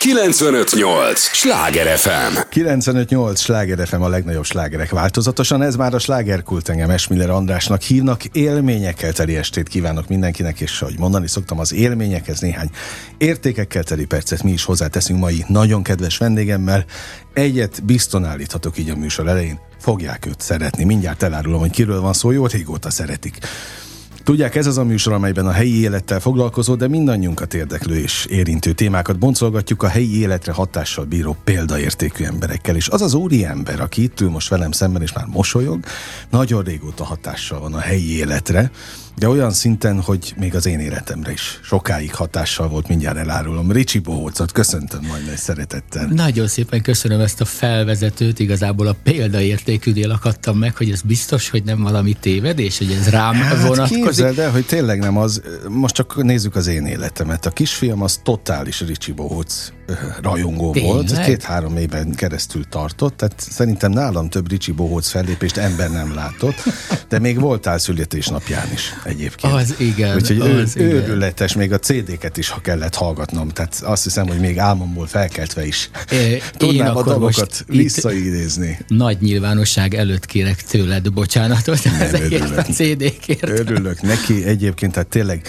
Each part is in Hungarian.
95.8 Sláger FM. 95.8 Sláger FM, a legnagyobb slágerek változatosan. Ez már a slágerkult, engem Esmiller Andrásnak hívnak. Élményekkel teli estét kívánok mindenkinek, és ahogy mondani szoktam, az élményekhez néhány értékekkel teli percet mi is hozzáteszünk mai nagyon kedves vendégemmel. Egyet bizton állíthatok így a műsor elején, fogják őt szeretni. Mindjárt elárulom, hogy kiről van szó, jó régóta szeretik. Tudják, ez az a műsor, amelyben a helyi élettel foglalkozó, de mindannyiunkat érdeklő és érintő témákat boncolgatjuk a helyi életre hatással bíró példaértékű emberekkel. És az az úriember, aki itt ül most velem szemben és már mosolyog, nagyon régóta hatással van a helyi életre, de olyan szinten, hogy még az én életemre is sokáig hatással volt, mindjárt elárulom. Ricsi Bohócot köszöntöm majd nagy szeretettel. Nagyon szépen köszönöm ezt a felvezetőt, igazából a példaértékűnél akadtam meg, hogy ez biztos, hogy nem valami tévedés, hogy ez rám vonatkozik. Képzeld el, hogy tényleg nem az, most csak nézzük az én életemet. A kisfiam az totális Ricsi Bohóc rajongó volt, 2-3 éven keresztül tartott, tehát szerintem nálam több Ricsi Bohóc fellépést ember nem látott, de még voltál születésnapján is egyébként. Az igen. Úgyhogy őrületes, még a CD-ket is, ha kellett hallgatnom, tehát azt hiszem, hogy még álmomból felkeltve is tudnám a dalokat visszaidézni. Nagy nyilvánosság előtt kérek tőled bocsánatot ezekért a CD-kért. Örülök neki egyébként, tehát tényleg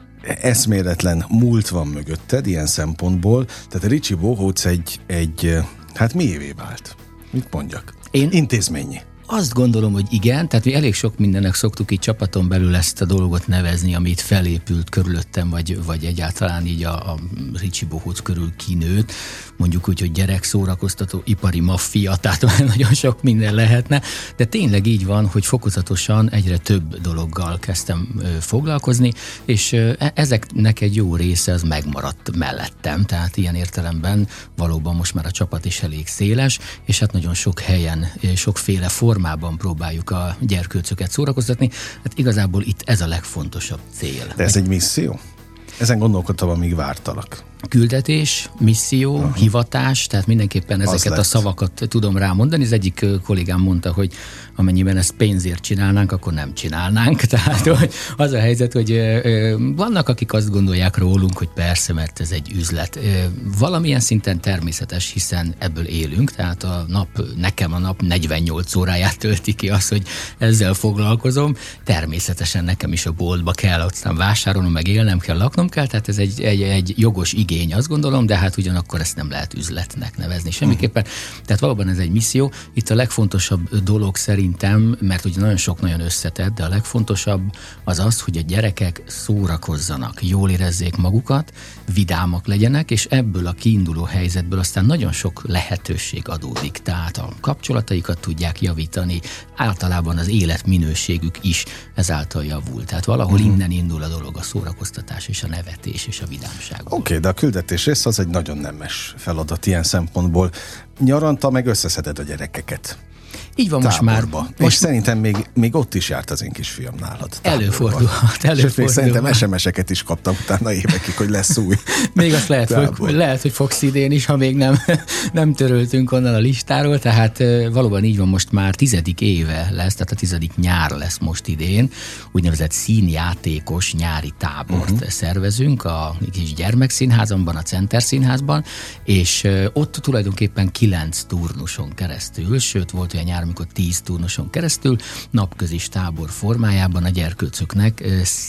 eszméletlen múlt van mögötted ilyen szempontból, tehát Ricsi Bohóc egy hát mi évé vált? Mit mondjak? Intézményi. Azt gondolom, hogy igen, tehát mi elég sok mindennek szoktuk így csapaton belül ezt a dolgot nevezni, amit felépült körülöttem, vagy egyáltalán így a Ricsi Bohóc körül kinőtt, mondjuk úgy, hogy gyerek szórakoztató ipari maffia, tehát már nagyon sok minden lehetne, de tényleg így van, hogy fokozatosan egyre több dologgal kezdtem foglalkozni, és ezeknek egy jó része az megmaradt mellettem, tehát ilyen értelemben valóban most már a csapat is elég széles, és hát nagyon sok helyen, sokféle formában próbáljuk a gyerkőcöket szórakoztatni. Hát igazából itt ez a legfontosabb cél. De ez egy misszió? Ezen gondolkodtam, amíg vártalak. Küldetés, misszió, hivatás, tehát mindenképpen ezeket a szavakat tudom rámondani. Az egyik kollégám mondta, hogy amennyiben ezt pénzért csinálnánk, akkor nem csinálnánk. Tehát hogy az a helyzet, hogy vannak, akik azt gondolják rólunk, hogy persze, mert ez egy üzlet. Valamilyen szinten természetes, hiszen ebből élünk, tehát nekem a nap 48 óráját tölti ki az, hogy ezzel foglalkozom. Természetesen nekem is a boltba kell, aztán vásárolnom, meg élnem kell, laknom kell, tehát ez egy jogos igény, azt gondolom, de hát ugyanakkor ezt nem lehet üzletnek nevezni semmiképpen. Tehát valóban ez egy misszió. Itt a legfontosabb dolog szerintem, mert ugye nagyon sok, nagyon összetett, de a legfontosabb az az, hogy a gyerekek szórakozzanak, jól érezzék magukat, vidámak legyenek, és ebből a kiinduló helyzetből aztán nagyon sok lehetőség adódik. Tehát a kapcsolataikat tudják javítani, általában az életminőségük is ezáltal javul. Tehát valahol innen indul a dolog, a szórakoztatás és a nevetés és a vidámság. Oké, de a küldetés rész az egy nagyon nemes feladat ilyen szempontból. Nyaranta meg összeszeded a gyerekeket. Így van táborba. Most és szerintem még ott is járt az én kisfiam nálad. Előfordulhat. Sőt, még szerintem SMS-eket is kaptam utána évekig, hogy lesz új. Még azt lehet, hogy fogsz idén is, ha még nem töröltünk onnan a listáról, tehát valóban így van, most már 10. éve lesz, tehát a 10. nyár lesz most idén. Úgynevezett színjátékos nyári tábort szervezünk a kis gyermekszínházamban, a Center Színházban, és ott tulajdonképpen 9 turnuson keresztül, sőt volt olyan nyár, amikor 10 turnuson keresztül napközis tábor formájában a gyerkőcöknek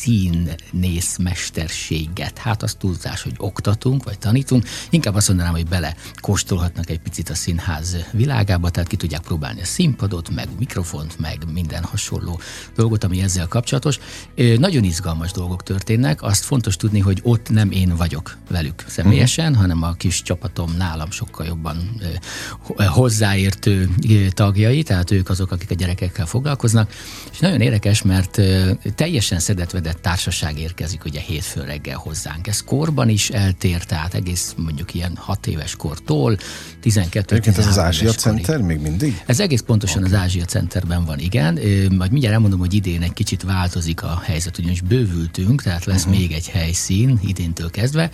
színnészmesterséget. Hát az túlzás, hogy oktatunk, vagy tanítunk. Inkább azt mondanám, hogy bele kóstolhatnak egy picit a színház világába, tehát ki tudják próbálni a színpadot, meg mikrofont, meg minden hasonló dolgot, ami ezzel kapcsolatos. Nagyon izgalmas dolgok történnek. Azt fontos tudni, hogy ott nem én vagyok velük személyesen, hanem a kis csapatom nálam sokkal jobban hozzáértő tagjai, tehát ők azok, akik a gyerekekkel foglalkoznak, és nagyon érdekes, mert teljesen szedett-vedett társaság érkezik ugye hétfőn reggel hozzánk. Ez korban is eltér, tehát egész mondjuk ilyen 6 éves kortól 12-13 ez az Ázsia Center még mindig? Ez egész pontosan az Ázsia Centerben van, igen. Majd mindjárt elmondom, hogy idén egy kicsit változik a helyzet, ugyanis bővültünk, tehát lesz még egy helyszín idéntől kezdve,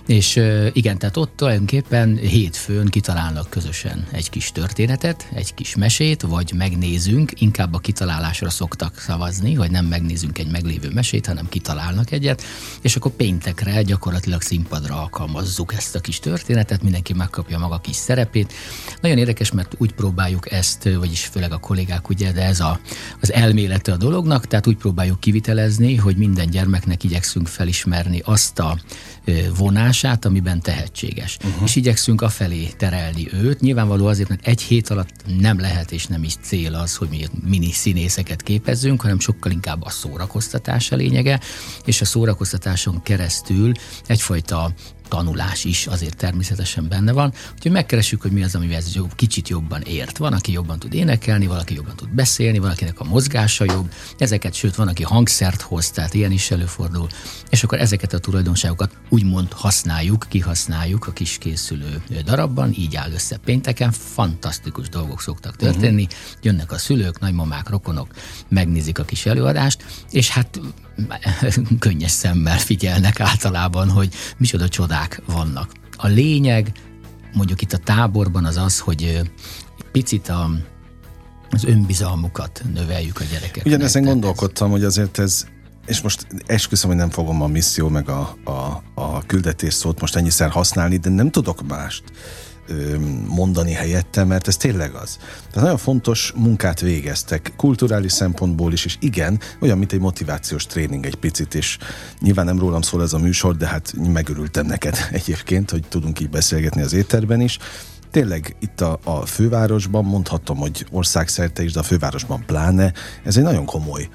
És igen, tehát ott tulajdonképpen hétfőn kitalálnak közösen egy kis történetet, egy kis mesét, vagy megnézünk, inkább a kitalálásra szoktak szavazni, hogy nem megnézünk egy meglévő mesét, hanem kitalálnak egyet, és akkor péntekre gyakorlatilag színpadra alkalmazzuk ezt a kis történetet, mindenki megkapja maga kis szerepét. Nagyon érdekes, mert úgy próbáljuk ezt, vagyis főleg a kollégák, ugye, de ez az elmélete a dolognak, tehát úgy próbáljuk kivitelezni, hogy minden gyermeknek igyekszünk felismerni azt a vonását, amiben tehetséges. És igyekszünk afelé terelni őt. Nyilvánvaló azért, mert egy hét alatt nem lehet és nem is cél az, hogy mi mini színészeket képezzünk, hanem sokkal inkább a szórakoztatás a lényege, és a szórakoztatáson keresztül egyfajta tanulás is azért természetesen benne van, úgyhogy megkeressük, hogy mi az, amivel ez kicsit jobban ért. Van, aki jobban tud énekelni, valaki jobban tud beszélni, valakinek a mozgása jobb, ezeket, sőt, van, aki hangszert hoz, tehát ilyen is előfordul, és akkor ezeket a tulajdonságokat úgymond kihasználjuk a kis készülő darabban, így áll össze pénteken, fantasztikus dolgok szoktak történni, jönnek a szülők, nagymamák, rokonok, megnézik a kis előadást, és hát könnyes szemmel figyelnek általában, hogy micsoda csodák vannak. A lényeg, mondjuk itt a táborban az, hogy picit az önbizalmukat növeljük a gyerekeknek. Ugyanezen gondolkodtam, hogy azért ez, és most esküszöm, hogy nem fogom a misszió meg a küldetés szót most ennyiszer használni, de nem tudok mást mondani helyette, mert ez tényleg az. Tehát nagyon fontos munkát végeztek, kulturális szempontból is, és igen, olyan, mint egy motivációs tréning egy picit, és nyilván nem rólam szól ez a műsor, de hát megörültem neked egyébként, hogy tudunk így beszélgetni az éterben is. Tényleg itt a fővárosban, mondhatom, hogy országszerte is, de a fővárosban pláne, ez egy nagyon komoly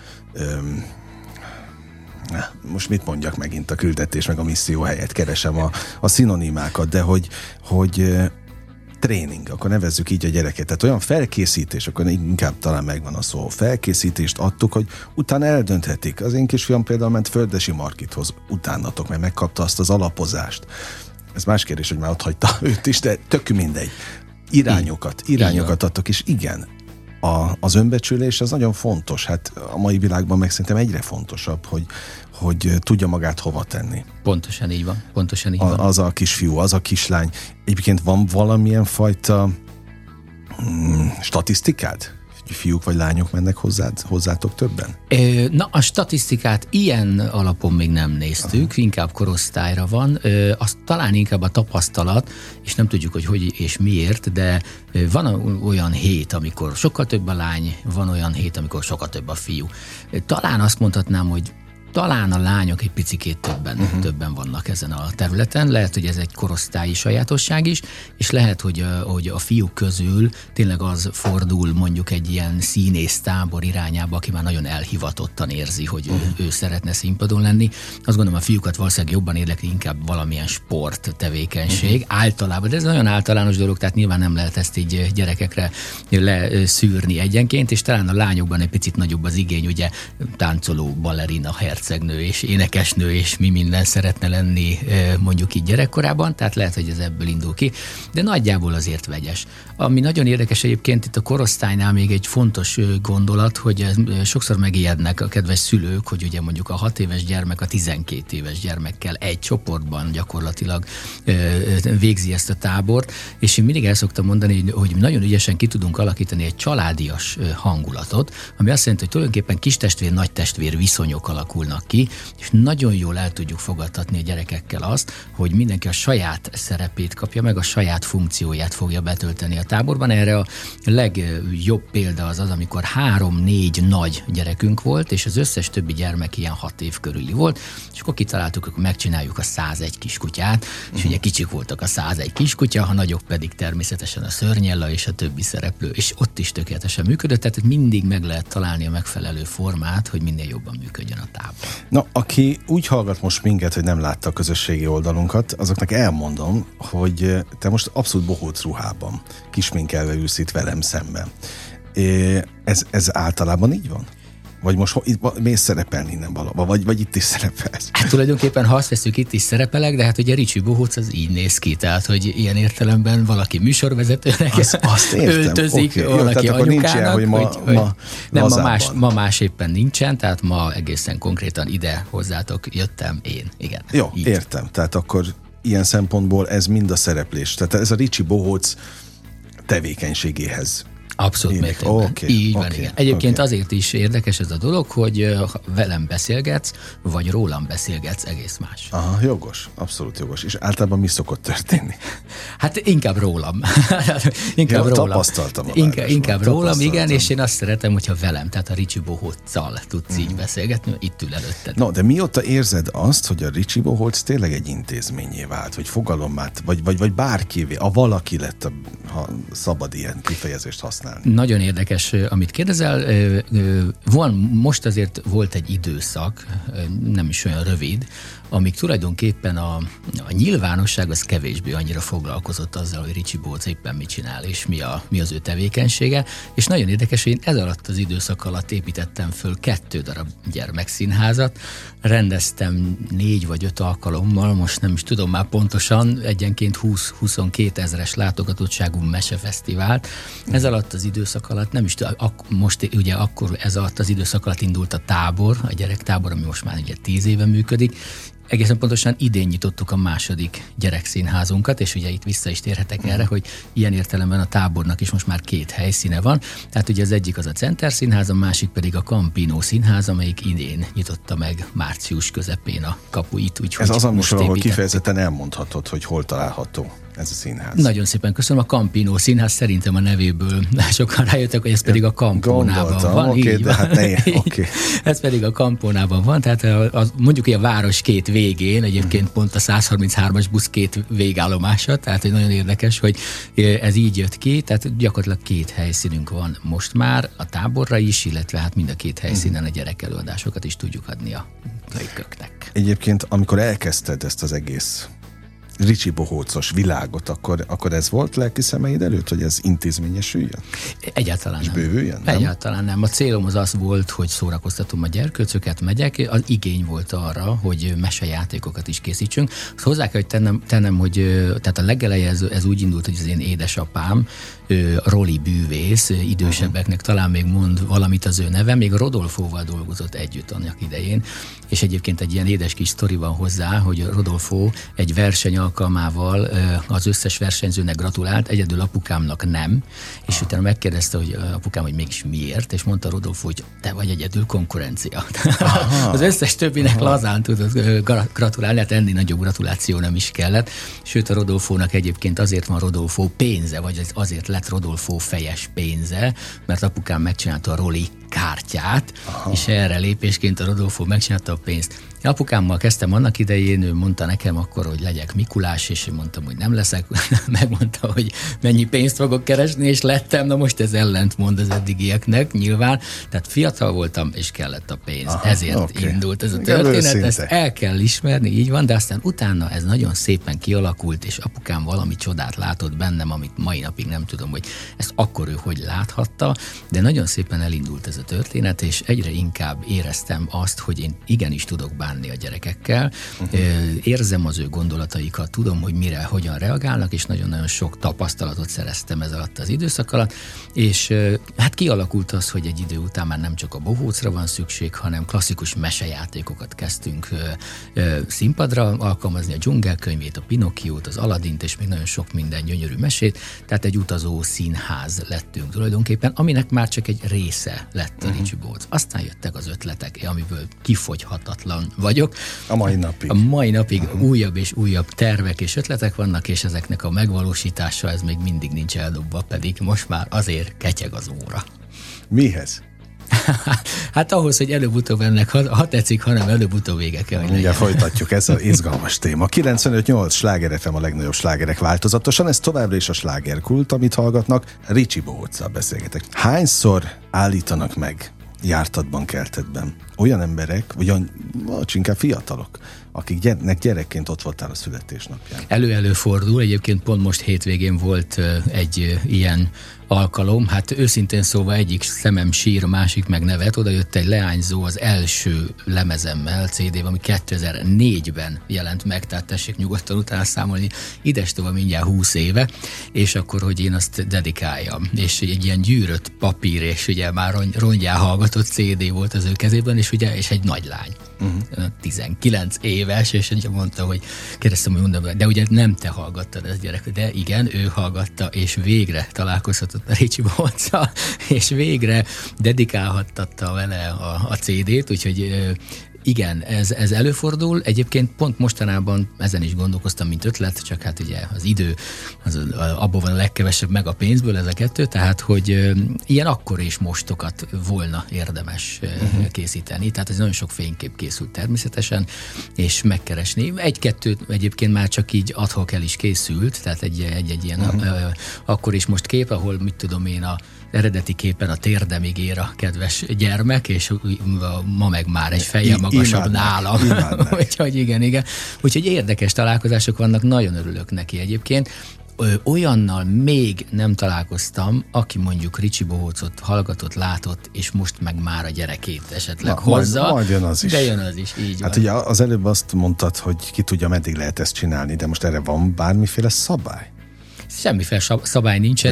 most mit mondjak megint a küldetés, meg a misszió helyett keresem a szinonimákat, de hogy tréning, akkor nevezzük így a gyereket. Tehát olyan felkészítés, akkor inkább talán megvan a szó. Felkészítést adtuk, hogy utána eldönthetik. Az én kisfiam például ment Földesi Margithoz utánatok, mert megkapta azt az alapozást. Ez más kérdés, hogy már ott hagyta őt is, de tök mindegy. Irányokat adtok, és igen, az önbecsülés az nagyon fontos. Hát a mai világban meg szerintem egyre fontosabb, hogy tudja magát hova tenni. Pontosan így van. Az a kisfiú, az a kislány. Egyébként van valamilyen fajta statisztikád? Fiúk vagy lányok mennek hozzátok többen? Na, a statisztikát ilyen alapon még nem néztük, inkább korosztályra van. Az talán inkább a tapasztalat, és nem tudjuk, hogy és miért, de van olyan hét, amikor sokkal több a lány, van olyan hét, amikor sokkal több a fiú. Talán azt mondhatnám, hogy talán a lányok egy picikét többen vannak ezen a területen. Lehet, hogy ez egy korosztályi sajátosság is, és lehet, hogy a fiúk közül tényleg az fordul mondjuk egy ilyen színész tábor irányába, aki már nagyon elhivatottan érzi, hogy ő szeretne színpadon lenni. Azt gondolom, a fiúkat valószínűleg jobban érdekli inkább valamilyen sport tevékenység. Általában, de ez nagyon általános dolog, tehát nyilván nem lehet ezt így gyerekekre leszűrni egyenként, és talán a lányokban egy picit nagyobb az igény, ugye táncoló, ballerina, hercegnő és énekesnő, és mi minden szeretne lenni mondjuk így gyerekkorában, tehát lehet, hogy ez ebből indul ki, de nagyjából azért vegyes. Ami nagyon érdekes egyébként itt a korosztálynál még egy fontos gondolat, hogy sokszor megijednek a kedves szülők, hogy ugye mondjuk a 6 éves gyermek a 12 éves gyermekkel egy csoportban gyakorlatilag végzi ezt a tábort, és én mindig el szoktam mondani, hogy nagyon ügyesen ki tudunk alakítani egy családias hangulatot, ami azt jelenti, hogy tulajdonképpen kistestvér, nagytestvér viszonyok alakulnak ki, és nagyon jól el tudjuk fogadtatni a gyerekekkel azt, hogy mindenki a saját szerepét kapja meg, a saját funkcióját fogja betölteni a táborban. Erre a legjobb példa az, amikor 3-4 nagy gyerekünk volt, és az összes többi gyermek ilyen 6 év körüli volt, és akkor kitaláltuk, hogy megcsináljuk a 101 kiskutyát, és ugye kicsik voltak a 101 kiskutya, a nagyok pedig természetesen a Szörnyella és a többi szereplő, és ott is tökéletesen működött, tehát mindig meg lehet találni a megfelelő formát, hogy minél jobban működjön a tábor. Na, aki úgy hallgat most minket, hogy nem látta a közösségi oldalunkat, azoknak elmondom, hogy te most abszolút bohóc ruhában, kisminkelve ülsz itt velem szemben. Ez általában így van? Vagy most mész szerepelni innen valahol? Vagy itt is szerepelsz? Hát tulajdonképpen, ha azt veszük, itt is szerepelek, de hát ugye Ricsi Bohóc az így néz ki, tehát hogy ilyen értelemben valaki műsorvezetőnek azt öltözik, okay. valaki jó, anyukának. Hogy ma más éppen nincsen, tehát ma egészen konkrétan ide hozzátok jöttem én. Igen. Jó, így. Értem. Tehát akkor ilyen szempontból ez mind a szereplés. Tehát ez a Ricsi Bohóc tevékenységéhez. Abszolút mértékben. Így van, igen. Egyébként azért is érdekes ez a dolog, hogy velem beszélgetsz, vagy rólam beszélgetsz, egész más. Aha, jogos, abszolút jogos. És általában mi szokott történni? Hát inkább rólam. Tapasztaltam. Inkább rólam, igen, és én azt szeretem, hogyha velem, tehát a Ricsi Bohóccal tudsz így beszélgetni, itt ül előtted. No, de mióta érzed azt, hogy a Ricsi Bohóc tényleg egy intézménnyé vált, vagy fogalommát, vagy bárkivé, a valaki lett, ha szabad ilyen kifejezést használni? Nagyon érdekes, amit kérdezel. Most azért volt egy időszak, nem is olyan rövid, amíg tulajdonképpen a nyilvánosság az kevésbé annyira foglalkozott azzal, hogy Ricsi Bohóc éppen mit csinál, és mi az ő tevékenysége. És nagyon érdekes, hogy én ez alatt az időszak alatt építettem föl 2 darab gyermekszínházat, rendeztem 4 vagy 5 alkalommal, most nem is tudom már pontosan, egyenként 20-22 ezeres látogatottságú mesefesztivált. Ez alatt az időszak alatt, nem is tudom, most ugye akkor ez alatt az időszak alatt indult a tábor, a gyerektábor, ami most már ugye 10 éve működik. Egészen pontosan idén nyitottuk a második gyerekszínházunkat, és ugye itt vissza is térhetek erre, hogy ilyen értelemben a tábornak is most már 2 helyszíne van. Tehát ugye az egyik az a Center Színház, a másik pedig a Campino Színház, amelyik idén nyitotta meg március közepén a kapuit. Ez az a műsor, ahol kifejezetten elmondhatod, hogy hol található ez a színház. Nagyon szépen köszönöm. A Campino Színház, szerintem a nevéből sokan rájöttek, hogy ez pedig a Camponában van. Ez pedig a Camponában van, tehát mondjuk, hogy a város 2 végén, egyébként pont a 133-as busz 2 végállomása, tehát hogy nagyon érdekes, hogy ez így jött ki, tehát gyakorlatilag 2 helyszínünk van most már, a táborra is, illetve hát mind a 2 helyszínen a gyerekelőadásokat is tudjuk adni a kölyköknek. Egyébként, amikor elkezdted ezt az egész Ricsi Bohócos világot, akkor ez volt lelki szemeid előtt, hogy ez intézményesüljön? Egyáltalán nem. És bővüljön? Nem? Egyáltalán nem. A célom az volt, hogy szórakoztatom a gyerkőcöket, megyek. Az igény volt arra, hogy mesejátékokat is készítsünk. Azt hozzá kell, hogy tennem, hogy tehát a legeleje ez úgy indult, hogy az én édesapám, Roli bűvész, idősebbeknek talán még mond valamit az ő neve, még Rodolfóval dolgozott együtt annak idején, és egyébként egy ilyen édes kis sztori van hozzá, hogy Rodolfo egy verseny alkalmával az összes versenyzőnek gratulált, egyedül apukámnak nem, és utána megkérdezte, hogy apukám, hogy mégis miért, és mondta Rodolfo, hogy te vagy egyedül konkurencia. Az összes többinek lazán tudott gratulálni, hát ennél nagyobb gratuláció nem is kellett, sőt a Rodolfónak egyébként azért van Rodolfo pénze, vagy azért lett Rodolfo fejes pénze, mert apukám megcsinálta a Roli kártyát, és erre lépésként a Rodolfo megcsinálta a pénzt. Apukámmal kezdtem annak idején, ő mondta nekem akkor, hogy legyek Mikulás, és én mondtam, hogy nem leszek. Megmondta, hogy mennyi pénzt fogok keresni, és lettem. Na most ez ellentmond az eddigieknek, nyilván. Tehát fiatal voltam, és kellett a pénz. Ezért indult ez a történet. Ezt el kell ismerni, így van, de aztán utána ez nagyon szépen kialakult, és apukám valami csodát látott bennem, amit mai napig nem tudom, hogy ezt akkor ő hogy láthatta, de nagyon szépen elindult ez a történet, és egyre inkább éreztem azt, hogy én igenis tudok bánni a gyerekekkel, érzem az ő gondolataikat, tudom, hogy mire, hogyan reagálnak, és nagyon-nagyon sok tapasztalatot szereztem ez alatt az időszak alatt, és hát kialakult az, hogy egy idő után már nem csak a bohócra van szükség, hanem klasszikus mesejátékokat kezdtünk színpadra alkalmazni, a Dzsungelkönyvét, a Pinokkiót, az Aladint, és még nagyon sok minden gyönyörű mesét, tehát egy utazó színház lettünk tulajdonképpen, aminek már csak egy része lett a Ricsi Bohóc. Aztán jöttek az ötletek, amiből kifogyhatatlan vagyok. A mai napig. A mai napig újabb és újabb tervek és ötletek vannak, és ezeknek a megvalósítása ez még mindig nincs eldobva, pedig most már azért ketyeg az óra. Mihez? Hát ahhoz, hogy előbb-utóbb ennek, ha tetszik, hanem előbb-utóbb vége kell, hogy legyen. Folytatjuk, ez az izgalmas téma. 95.8 Sláger FM, a legnagyobb slágerek változatosan, ez továbbra is a slágerkult, amit hallgatnak. Ricsi Bohóccal beszélgetek. Hányszor állítanak meg jártatban, keltetben olyan emberek, vagy inkább fiatalok, akiknek gyerekként ott voltál a születésnapján? Elő-előfordul, egyébként pont most hétvégén volt egy ilyen alkalom. Hát őszintén szóval egyik szemem sír, másik meg nevet. Oda jött egy leányzó az első lemezemmel, CD-vel, ami 2004-ben jelent meg, tehát tessék nyugodtan utána számolni, idestova mindjárt 20 éve, és akkor, hogy én azt dedikáljam. És egy ilyen gyűrött papír, és ugye már rongyá hallgatott CD volt az ő kezében, és ugye és egy nagy lány. 19 éves, és mondta, hogy kérdeztem, hogy mondom, de ugye nem te hallgattad ezt, gyerek, de igen, ő hallgatta, és végre találkozhatott a Ricsi Bohóccal, és végre dedikálhattatta vele a CD-t, úgyhogy igen, ez előfordul. Egyébként pont mostanában ezen is gondolkoztam, mint ötlet, csak hát ugye az idő, abból van a legkevesebb meg a pénzből ez a kettő, tehát hogy ilyen akkor és mostokat volna érdemes készíteni. Tehát ez nagyon sok fénykép készült természetesen, és megkeresni. Egy-kettőt egyébként már csak így ad hoc el is készült, tehát egy ilyen akkor és most kép, ahol mit tudom én eredeti képen a térdemig ér a kedves gyermek, és ma meg már egy fejjel magasabb nálam. Úgyhogy igen. Úgyhogy érdekes találkozások vannak, nagyon örülök neki egyébként. Olyannal még nem találkoztam, aki mondjuk Ricsi Bohócot hallgatott, látott, és most meg már a gyerekét esetleg hozza. Majd jön az is. De jön az is, így hát van. ugye az előbb azt mondtad, hogy ki tudja, meddig lehet ezt csinálni, de most erre van bármiféle szabály? Semmiféle szabály nincsen.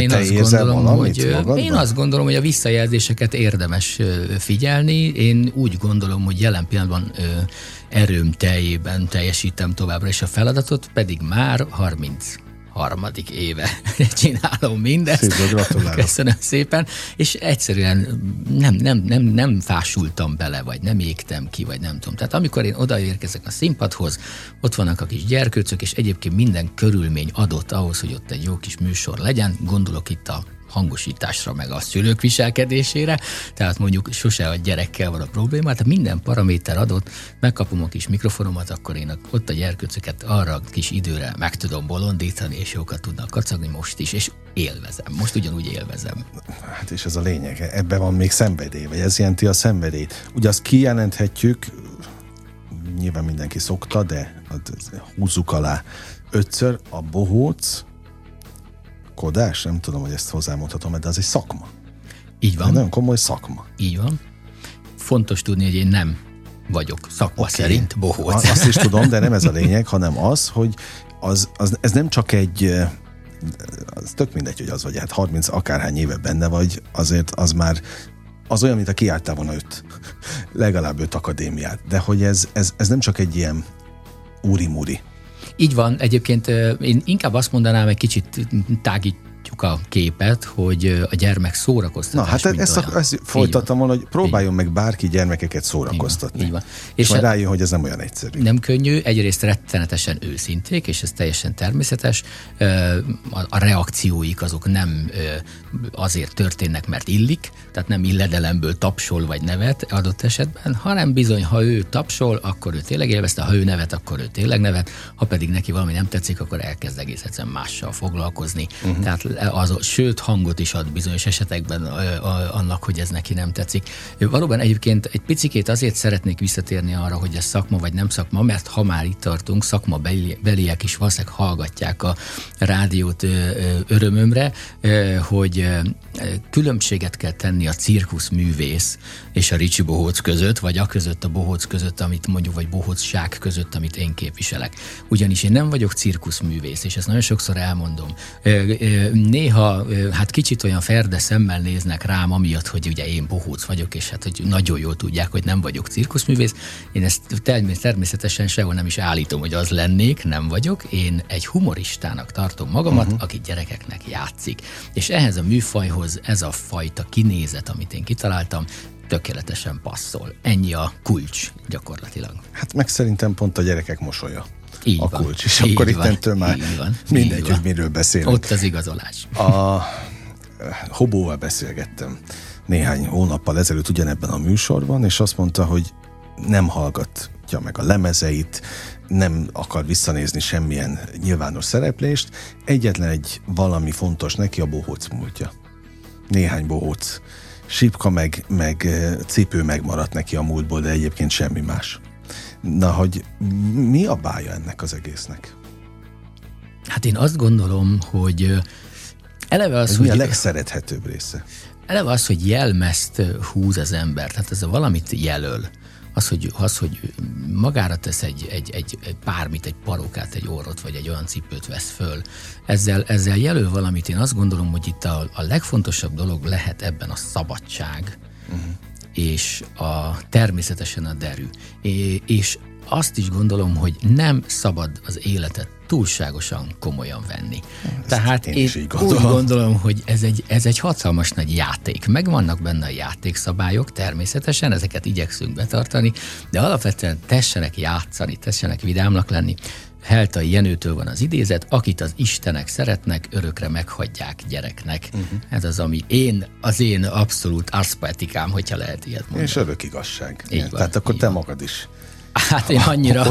Én azt gondolom, hogy a visszajelzéseket érdemes figyelni. Én úgy gondolom, hogy jelen pillanatban erőm teljében teljesítem továbbra is a feladatot, pedig már 33. éve csinálom mindezt. Köszönöm szépen. És egyszerűen nem fásultam bele, vagy nem égtem ki, vagy nem tudom. Tehát amikor én odaérkezek a színpadhoz, ott vannak a kis gyerkőcök, és egyébként minden körülmény adott ahhoz, hogy ott egy jó kis műsor legyen. Gondolok itt a hangosításra, meg a szülők viselkedésére, tehát mondjuk sose a gyerekkel van a probléma, tehát minden paraméter adott, megkapom a kis mikrofonomat, akkor én ott a gyerkőcöket arra a kis időre meg tudom bolondítani, és jókat tudnak kacagni most is, és élvezem. Most ugyanúgy élvezem. Hát és ez a lényeg, ebben van még szenvedély, vagy ez jelenti a szenvedélyt. Ugye azt kijelenthetjük, nyilván mindenki szokta, de húzzuk alá 5-ször, a bohóc kodás, nem tudom, hogy ezt hozzámondhatom, de az egy szakma. Így van. Ez nagyon komoly szakma. Így van. Fontos tudni, hogy én nem vagyok szakma szerint bohóc. Azt is tudom, de nem ez a lényeg, hanem az, hogy ez nem csak egy, az tök mindegy, hogy az vagy, hát 30 akárhány éve benne vagy, azért az már az olyan, mint a kiártál volna legalább 5 akadémiát, de hogy ez nem csak egy ilyen úri-muri. Így van, egyébként én inkább azt mondanám, egy kicsit tágítjuk a képet, hogy a gyermek szórakoztatás. Na, hát ezt folytattam volna, hogy próbáljon meg bárki gyermekeket szórakoztatni. Így van. És majd rájön, hogy ez nem olyan egyszerű. Nem könnyű, egyrészt rettenetesen őszinték, és ez teljesen természetes. A reakcióik azok nem azért történnek, mert illik, tehát nem illedelemből tapsol vagy nevet adott esetben, hanem bizony, ha ő tapsol, akkor ő tényleg élvezte, ha ő nevet, akkor ő tényleg nevet, ha pedig neki valami nem tetszik, akkor elkezd egész egyszerűen mással foglalkozni. Tehát sőt, hangot is ad bizonyos esetekben annak, hogy ez neki nem tetszik. Valóban egyébként egy picikét azért szeretnék visszatérni arra, hogy ez szakma vagy nem szakma, mert ha már itt tartunk, szakmabeliek is valószínűleg hallgatják a rádiót örömömre, hogy különbséget kell tenni a cirkuszművész és a Ricsi Bohóc között, vagy a között, a bohóc között, amit mondjuk, vagy bohócság között, amit én képviselek. Ugyanis én nem vagyok cirkuszművész, és ezt nagyon sokszor elmondom. Néha hát kicsit olyan ferde szemmel néznek rám, amiatt, hogy ugye én bohóc vagyok, és hát hogy nagyon jól tudják, hogy nem vagyok cirkuszművész. Én ezt természetesen sehol nem is állítom, hogy az lennék, nem vagyok. Én egy humoristának tartom magamat, aki gyerekeknek játszik. És ehhez a műfajhoz ez a fajta kinézet, amit én kitaláltam, tökéletesen passzol. Ennyi a kulcs gyakorlatilag. Hát meg szerintem pont a gyerekek mosolya. Így a van. kulcs, és akkor ittentől már mindegy, hogy miről beszélünk. Ott az igazolás. A Hobóval beszélgettem néhány hónappal ezelőtt ugyanebben a műsorban, és azt mondta, hogy nem hallgatja meg a lemezeit, nem akar visszanézni semmilyen nyilvános szereplést, egyetlen egy valami fontos neki, a bohóc múltja. Néhány bohóc sípka meg cipő megmaradt neki a múltból, de egyébként semmi más. Na, hogy mi a bája ennek az egésznek? Hát én azt gondolom, hogy Eleve az, hogy a legszerethetőbb része? Eleve az, hogy jelmezt húz az ember, tehát ez a valamit jelöl. Az, hogy magára tesz egy bármit, egy parókát, egy orrot, vagy egy olyan cipőt vesz föl. Ezzel jelöl valamit. Én azt gondolom, hogy itt a legfontosabb dolog lehet ebben a szabadság, és természetesen a derű. És azt is gondolom, hogy nem szabad az életet túlságosan komolyan venni. Tehát én úgy gondolom, hogy ez egy hatalmas nagy játék. Megvannak benne a játékszabályok, természetesen, ezeket igyekszünk betartani, de alapvetően tessenek játszani, tessenek vidámnak lenni. Heltai Jenőtől van az idézet, akit az istenek szeretnek, örökre meghagyják gyereknek. Ez az, ami az én abszolút arszpoetikám, hogyha lehet ilyet mondani. És örök igazság. Tehát akkor te magad is. Hát én annyira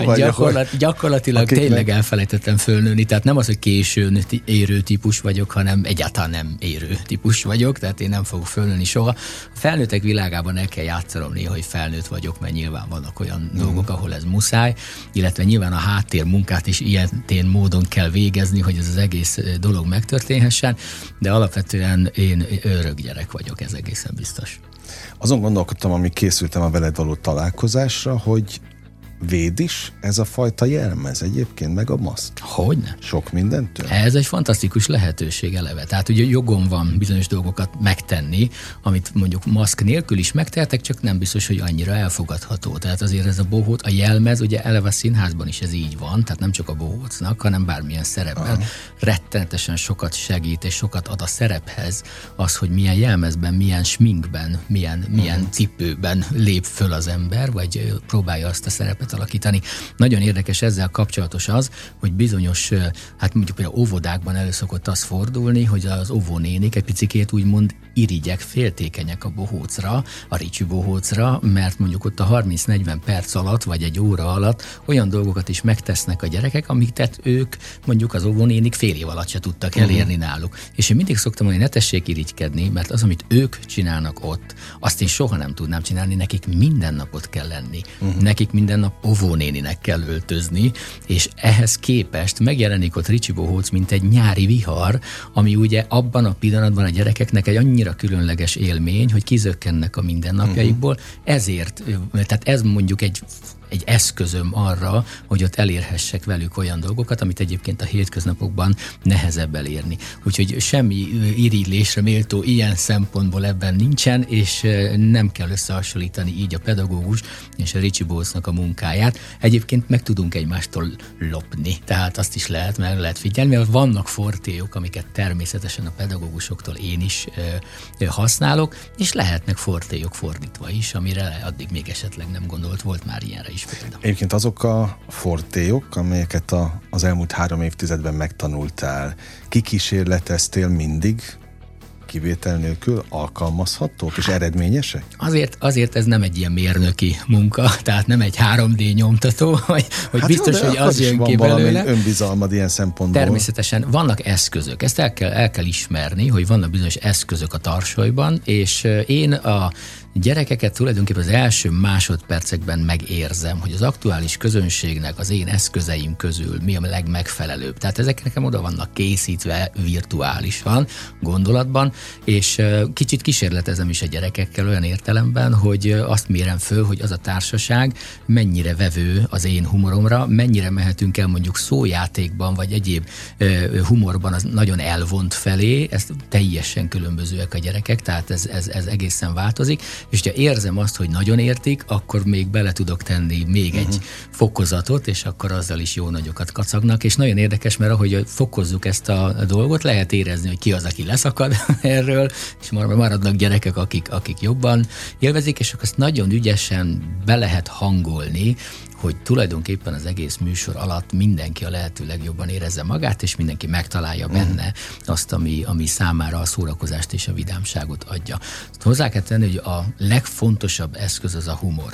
gyakorlatilag tényleg elfelejtettem fölnőni, tehát nem az, hogy későn érő típus vagyok, hanem egyáltalán nem érő típus vagyok, tehát én nem fogok fölnőni soha. A felnőttek világában el kell játszanom néha, hogy felnőtt vagyok, mert nyilván vannak olyan dolgok, ahol ez muszáj, illetve nyilván a háttér munkát is ilyen módon kell végezni, hogy ez az egész dolog megtörténhessen, de alapvetően én örök gyerek vagyok, ez egészen biztos. Azon gondolkodtam, amíg készültem a veled való találkozásra, hogy véd is ez a fajta jelmez egyébként, meg a maszk? Hogyne? Sok mindentől? Ez egy fantasztikus lehetőség eleve. Tehát ugye jogom van bizonyos dolgokat megtenni, amit mondjuk maszk nélkül is megtehetek, csak nem biztos, hogy annyira elfogadható. Tehát azért ez a bohóc, a jelmez, ugye eleve a színházban is ez így van, tehát nem csak a bohócnak, hanem bármilyen szerepben. Rettenetesen sokat segít, és sokat ad a szerephez az, hogy milyen jelmezben, milyen sminkben, milyen cipőben lép föl az ember, vagy próbálja azt a szerepet alakítani. Nagyon érdekes ezzel kapcsolatos az, hogy bizonyos, hát mondjuk például óvodákban elő szokott az fordulni, hogy az óvónénik egy picikét úgymond irigyek, féltékenyek a bohócra, a Ricsi bohócra, mert mondjuk ott a 30-40 perc alatt, vagy egy óra alatt olyan dolgokat is megtesznek a gyerekek, amiket ők mondjuk az óvónénik fél év alatt se tudtak elérni náluk. És én mindig szoktam mondani, ne tessék irigykedni, mert az, amit ők csinálnak ott, azt én soha nem tudnám csinálni, nekik minden napot kell lenni. Nekik minden nap óvónéninek kell öltözni, és ehhez képest megjelenik ott Ricsi bohóc, mint egy nyári vihar, ami ugye abban a pillanatban a gyerekeknek egy annyira különleges élmény, hogy kizökkennek a mindennapjaikból, ezért, tehát ez mondjuk egy eszközöm arra, hogy ott elérhessek velük olyan dolgokat, amit egyébként a hétköznapokban nehezebb elérni. Úgyhogy semmi irigylésre méltó ilyen szempontból ebben nincsen, és nem kell összehasonlítani így a pedagógus és a Ricsi bohócnak a munkáját. Egyébként meg tudunk egymástól lopni, tehát azt is lehet figyelni, mert vannak fortélyok, amiket természetesen a pedagógusoktól én is használok, és lehetnek fortélyok fordítva is, amire addig még esetleg nem gondolt, volt már ilyenre is. Egyébként azok a fortélyok, amelyeket az elmúlt 3 évtizedben megtanultál, kikísérleteztél mindig, kivétel nélkül alkalmazhatók és eredményesek? Azért ez nem egy ilyen mérnöki munka, tehát nem egy 3D nyomtató, hogy biztos, hogy az jön ki belőle. Önbizalmad ilyen szempontból. Természetesen vannak eszközök, ezt el kell ismerni, hogy vannak bizonyos eszközök a tarsolyban, és én a gyerekeket tulajdonképpen az első másodpercekben megérzem, hogy az aktuális közönségnek az én eszközeim közül mi a legmegfelelőbb. Tehát ezek nekem oda vannak készítve virtuálisan, gondolatban, és kicsit kísérletezem is a gyerekekkel olyan értelemben, hogy azt mérem föl, hogy az a társaság mennyire vevő az én humoromra, mennyire mehetünk el mondjuk szójátékban, vagy egyéb humorban az nagyon elvont felé, ez teljesen különbözőek a gyerekek, tehát ez egészen változik, és ha érzem azt, hogy nagyon értik, akkor még bele tudok tenni még egy fokozatot, és akkor azzal is jó nagyokat kacagnak, és nagyon érdekes, mert ahogy fokozzuk ezt a dolgot, lehet érezni, hogy ki az, aki leszakad erről, és maradnak gyerekek, akik jobban élvezik, és akkor ezt nagyon ügyesen be lehet hangolni, hogy tulajdonképpen az egész műsor alatt mindenki a lehető legjobban érezze magát, és mindenki megtalálja benne azt, ami számára a szórakozást és a vidámságot adja. Hozzá kell tenni, hogy a legfontosabb eszköz az a humor.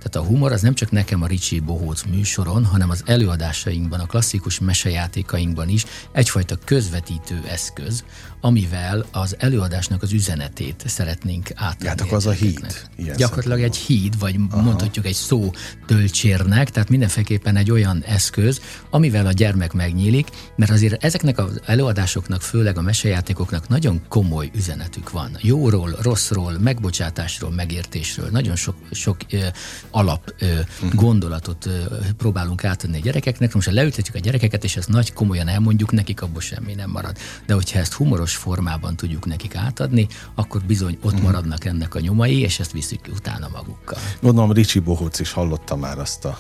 Tehát a humor az nem csak nekem a Ricsi Bohóc műsoron, hanem az előadásainkban, a klasszikus mesejátékainkban is egyfajta közvetítő eszköz, amivel az előadásnak az üzenetét szeretnénk átadni. Hát akkor az a híd. Gyakorlatilag egy híd, vagy mondhatjuk egy szó töltsérnek, tehát mindenféleképpen egy olyan eszköz, amivel a gyermek megnyílik, mert azért ezeknek az előadásoknak, főleg a mesejátékoknak nagyon komoly üzenetük van. Jóról, rosszról, megbocsátásról, megértésről. Nagyon sok alap gondolatot próbálunk átadni a gyerekeknek. Most leültetjük a gyerekeket, és ezt nagy komolyan elmondjuk, nekik abból semmi nem marad. De hogyha ezt humoros formában tudjuk nekik átadni, akkor bizony ott maradnak ennek a nyomai, és ezt viszik utána magukkal. Gondolom, Ricsi Bohóc is hallotta már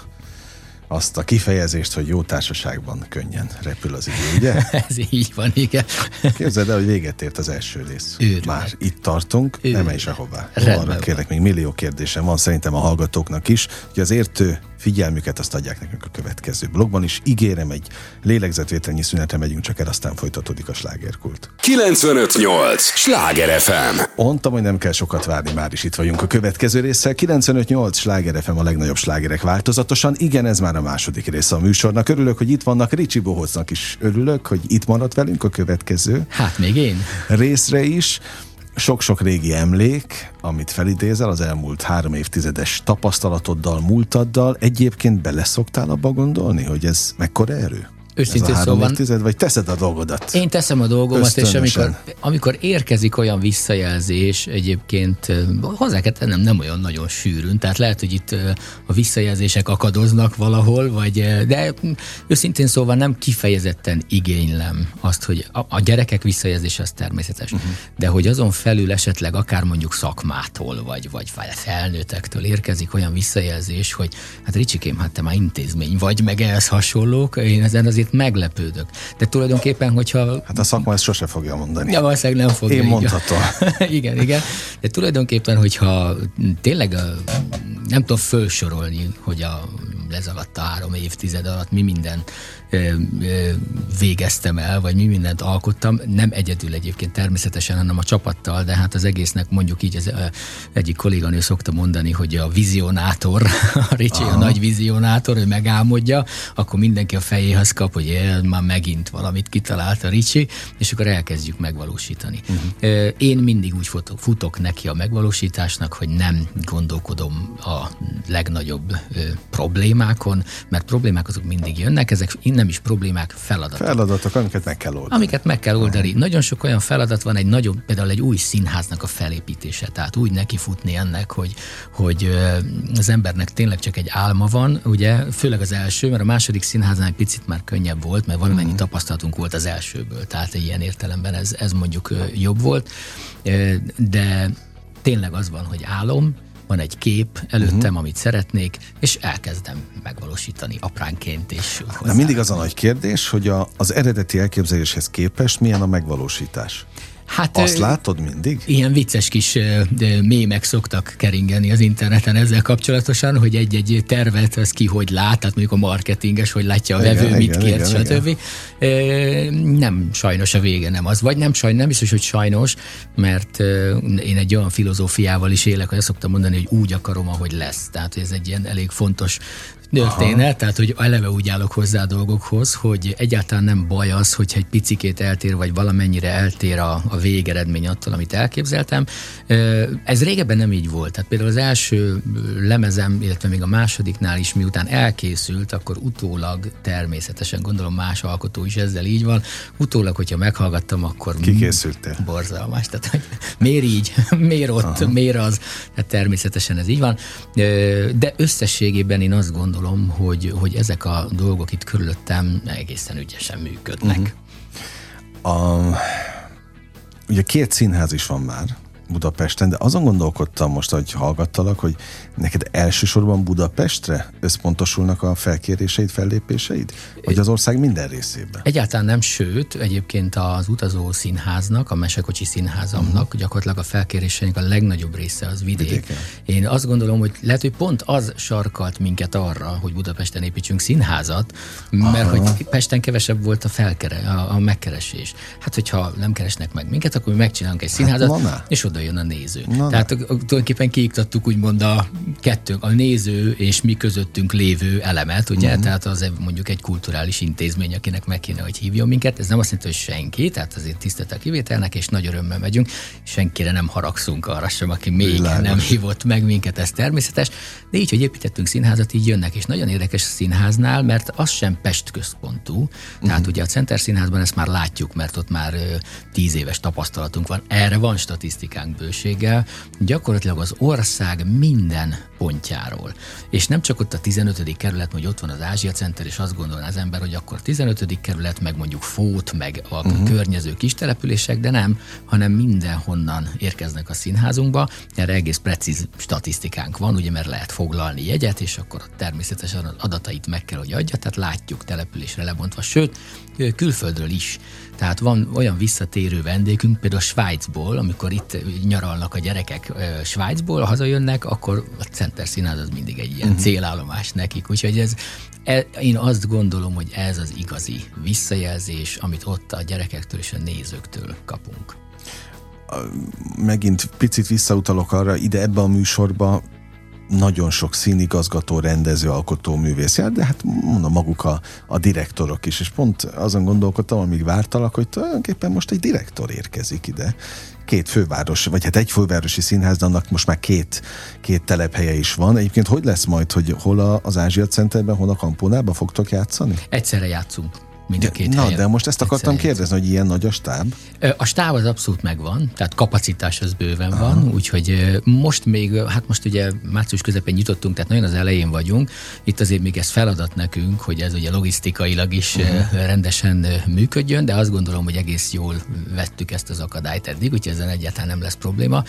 azt a kifejezést, hogy jó társaságban könnyen repül az idő, ugye? Ez így van, igen. Képzeld el, hogy véget ért az első rész. Őrület. Már itt tartunk, nem menj sehová. Arra kérlek, még millió kérdésem van szerintem a hallgatóknak is, hogy az értő figyelmüket azt adják nekünk a következő blogban is. Ígérem, egy lélegzetvételnyi szünetre megyünk csak el, aztán folytatódik a slágerkult. 95.8 Sláger FM. Mondtam, hogy nem kell sokat várni, már is itt vagyunk a következő résszel. 95.8 Sláger FM, a legnagyobb slágerek változatosan. Igen, ez már a második része a műsornak. Örülök, hogy itt vannak. Ricsi Bohócnak is örülök, hogy itt maradt velünk a következő. Hát még én. Részre is. Sok-sok régi emlék, amit felidézel az elmúlt 3 évtizedes tapasztalatoddal, múltaddal. Egyébként beleszoktál abba gondolni, hogy ez mekkora erő? Őszintén szóval vagy teszed a dolgodat? Én teszem a dolgomat, és amikor érkezik olyan visszajelzés, egyébként hozzá kell tennem, nem olyan nagyon sűrűn, tehát lehet, hogy itt a visszajelzések akadoznak valahol, de őszintén szóval nem kifejezetten igénylem azt, hogy a gyerekek visszajelzése az természetes, de hogy azon felül esetleg akár mondjuk szakmától, vagy felnőttektől érkezik olyan visszajelzés, hogy hát Ricsikém, hát te már intézmény vagy, meg ehhez hasonlók, én ezen azért meglepődök. De tulajdonképpen, hogyha... Hát a szakma ezt sose fogja mondani. Ja, valószínűleg nem fogja. Én mondhatom. Igen. De tulajdonképpen, hogyha tényleg nem tudom felsorolni, hogy ez alatt a 3 évtized alatt mi mindent végeztem el, vagy mi mindent alkottam, nem egyedül egyébként természetesen, hanem a csapattal, de hát az egésznek mondjuk így az egyik kolléganő szokta mondani, hogy a vizionátor, a Ricsi a nagy vizionátor, ő megálmodja, akkor mindenki a fejéhez kap, hogy már megint valamit kitalált a Ricsi, és akkor elkezdjük megvalósítani. Én mindig úgy futok neki a megvalósításnak, hogy nem gondolkodom a legnagyobb problémákon, mert problémák azok mindig jönnek, ezek nem is problémák, feladatok. Feladatok, amiket meg kell oldani. Nagyon sok olyan feladat van, például egy új színháznak a felépítése, tehát úgy nekifutni ennek, hogy az embernek tényleg csak egy álma van, ugye, főleg az első, mert a második színháznál egy picit már könnyebb volt, mert valamennyi tapasztalatunk volt az elsőből, tehát ilyen értelemben ez mondjuk jobb volt, de tényleg az van, hogy álom, van egy kép előttem, amit szeretnék, és elkezdem megvalósítani apránként. Na, mindig az a nagy kérdés, hogy az eredeti elképzeléshez képest milyen a megvalósítás? Hát, azt látod mindig? Ilyen vicces kis mémek szoktak keringeni az interneten ezzel kapcsolatosan, hogy egy tervet az ki hogy lát, tehát mondjuk a marketinges, hogy látja a vevő, mit kért, stb. Nem, sajnos a vége nem az. Vagy nem biztos, hogy sajnos, mert én egy olyan filozófiával is élek, hogy azt szoktam mondani, hogy úgy akarom, ahogy lesz. Tehát ez egy ilyen elég fontos történet, tehát hogy eleve úgy állok hozzá a dolgokhoz, hogy egyáltalán nem baj az, hogyha egy picikét eltér, vagy valamennyire eltér a végeredmény attól, amit elképzeltem. Ez régebben nem így volt. Tehát például az első lemezem, illetve még a másodiknál is, miután elkészült, akkor utólag természetesen, gondolom más alkotó is ezzel így van, utólag, hogyha meghallgattam, akkor kikészültél? Borzalmas. Tehát, hogy miért így? Miért ott? Miért az? Tehát természetesen ez így van. De összességében én azt gondolom, hogy ezek a dolgok itt körülöttem egészen ügyesen működnek. Ugye 2 színház is van már Budapesten, de azon gondolkodtam most, hogy hallgattalak, hogy neked elsősorban Budapestre összpontosulnak a felkéréseid, fellépéseid? Vagy az ország minden részében? Egyáltalán nem, sőt, egyébként az utazó színháznak, a Mesekocsi színházamnak gyakorlatilag a felkéréseink a legnagyobb része az vidék. Én azt gondolom, hogy lehet, hogy pont az sarkalt minket arra, hogy Budapesten építsünk színházat, mert hogy Pesten kevesebb volt a megkeresés. Hát, hogyha nem keresnek meg minket, akkor mi megcsinálunk egy színházat, és oda hazajön a néző. Tehát tulajdonképpen kiiktattuk úgymond a néző és mi közöttünk lévő elemet, ugye, tehát az mondjuk egy kulturális intézmény, akinek meg kéne, hogy hívjon minket. Ez nem azt jelenti, hogy senki, tehát azért tisztelt a kivételnek, és nagy örömmel megyünk. Senkire nem haragszunk arra sem, aki még nem hívott meg minket, ez természetes. De így, hogy építettünk színházat, így jönnek, és nagyon érdekes a színháznál, mert az sem Pest központú. Tehát ugye a Center Színházban ezt már látjuk, mert ott már 10 éves tapasztalatunk van. Erre van statisztikánk bőséggel. Gyakorlatilag az ország minden pontjáról. És nem csak ott a 15. kerület, hogy ott van az Ázsia Center, és azt gondolná az ember, hogy akkor 15. kerület, meg mondjuk Fót, meg a környező kis települések, de nem, hanem mindenhonnan érkeznek a színházunkba. Erre egész precíz statisztikánk van, ugye, mert lehet foglalni jegyet, és akkor természetesen az adatait meg kell, hogy adja, tehát látjuk településre lebontva, sőt, külföldről is. Tehát van olyan visszatérő vendégünk, például Svájcból, amikor itt nyaralnak a gyerekek Svájcból, hazajönnek, akkor a Center Színház az mindig egy ilyen célállomás nekik. Úgyhogy én azt gondolom, hogy ez az igazi visszajelzés, amit ott a gyerekektől és a nézőktől kapunk. Megint picit visszautalok arra, ide ebbe a műsorba nagyon sok színigazgató, rendező, alkotóművész jár, de hát mondom, maguk a direktorok is, és pont azon gondolkodtam, amíg vártalak, hogy tulajdonképpen most egy direktor érkezik ide. 2 főváros, vagy hát egy fővárosi színház, de annak most már két telephelye is van. Egyébként hogy lesz majd, hogy hol az Ázsia Centerben, hol a Kampónában fogtok játszani? Egyszerre játszunk. Mind a 2 helyen. De most ezt akartam kérdezni, hogy ilyen nagy a stáb? A stáb az abszolút megvan, tehát kapacitás az bőven van, úgyhogy most még, hát most ugye március közepén nyitottunk, tehát nagyon az elején vagyunk. Itt azért még ez feladat nekünk, hogy ez ugye logisztikailag is rendesen működjön, de azt gondolom, hogy egész jól vettük ezt az akadályt eddig, úgyhogy ezen egyáltalán nem lesz probléma.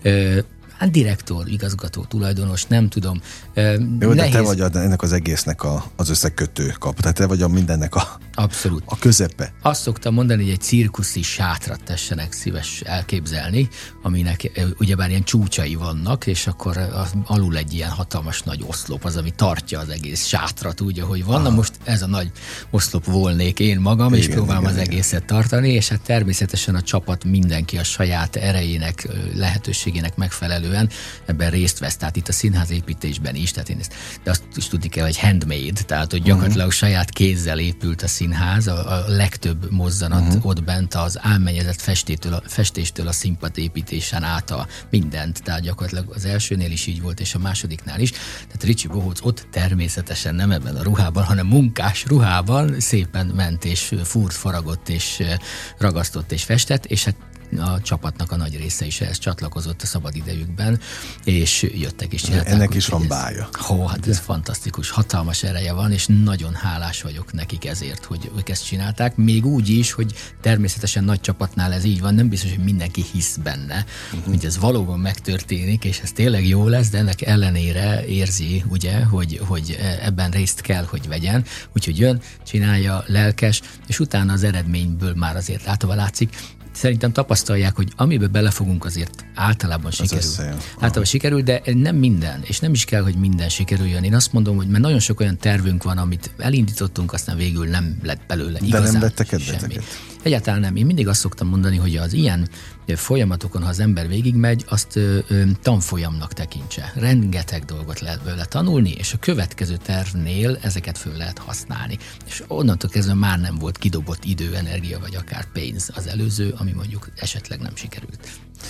Hát direktor, igazgató, tulajdonos, nem tudom. Jó, de te vagy ennek az egésznek az összekötő kap, tehát te vagy mindennek abszolút. A közepe. Azt szoktam mondani, hogy egy cirkuszi sátrat tessenek szíves elképzelni, aminek ugyebár ilyen csúcsai vannak, és akkor alul egy ilyen hatalmas nagy oszlop az, ami tartja az egész sátrat úgy, ahogy van. Na most ez a nagy oszlop volnék én magam, és próbálom az egészet tartani, és hát természetesen a csapat mindenki a saját erejének, lehetőségének megfelelően ebben részt vesz, tehát itt a színházépítésben is, tehát de azt is tudni kell, hogy handmade, tehát hogy gyakorlatilag saját kézzel épült a színház, a legtöbb mozzanat ott bent az álmennyezett festéstől a színpad építésen át a mindent, tehát gyakorlatilag az elsőnél is így volt, és a másodiknál is, tehát Ricsi Bohóc ott természetesen nem ebben a ruhában, hanem munkás ruhában szépen ment, és fúrt, faragott, és ragasztott, és festett, és hát a csapatnak a nagy része is ehhez csatlakozott a szabadidejükben, és jöttek és csinálták. Ennek is van bája. Hát ez fantasztikus, hatalmas ereje van, és nagyon hálás vagyok nekik ezért, hogy ők ezt csinálták. Még úgy is, hogy természetesen nagy csapatnál ez így van, nem biztos, hogy mindenki hisz benne, hogy ez valóban megtörténik, és ez tényleg jó lesz, de ennek ellenére érzi, ugye, hogy ebben részt kell, hogy vegyen. Úgyhogy jön, csinálja, lelkes, és utána az eredményből már azért látva látszik. Szerintem tapasztalják, hogy amiben belefogunk, azért általában sikerül. Általában sikerül, de nem minden, és nem is kell, hogy minden sikerüljön. Én azt mondom, hogy mert nagyon sok olyan tervünk van, amit elindítottunk, aztán végül nem lett belőle igazán. De nem vettek kedveteket? Egyáltalán nem. Én mindig azt szoktam mondani, hogy az ilyen folyamatokon, ha az ember végigmegy, azt tanfolyamnak tekintse. Rengeteg dolgot lehet belőle tanulni, és a következő tervnél ezeket föl lehet használni. És onnantól kezdve már nem volt kidobott idő, energia, vagy akár pénz az előző, ami mondjuk esetleg nem sikerült.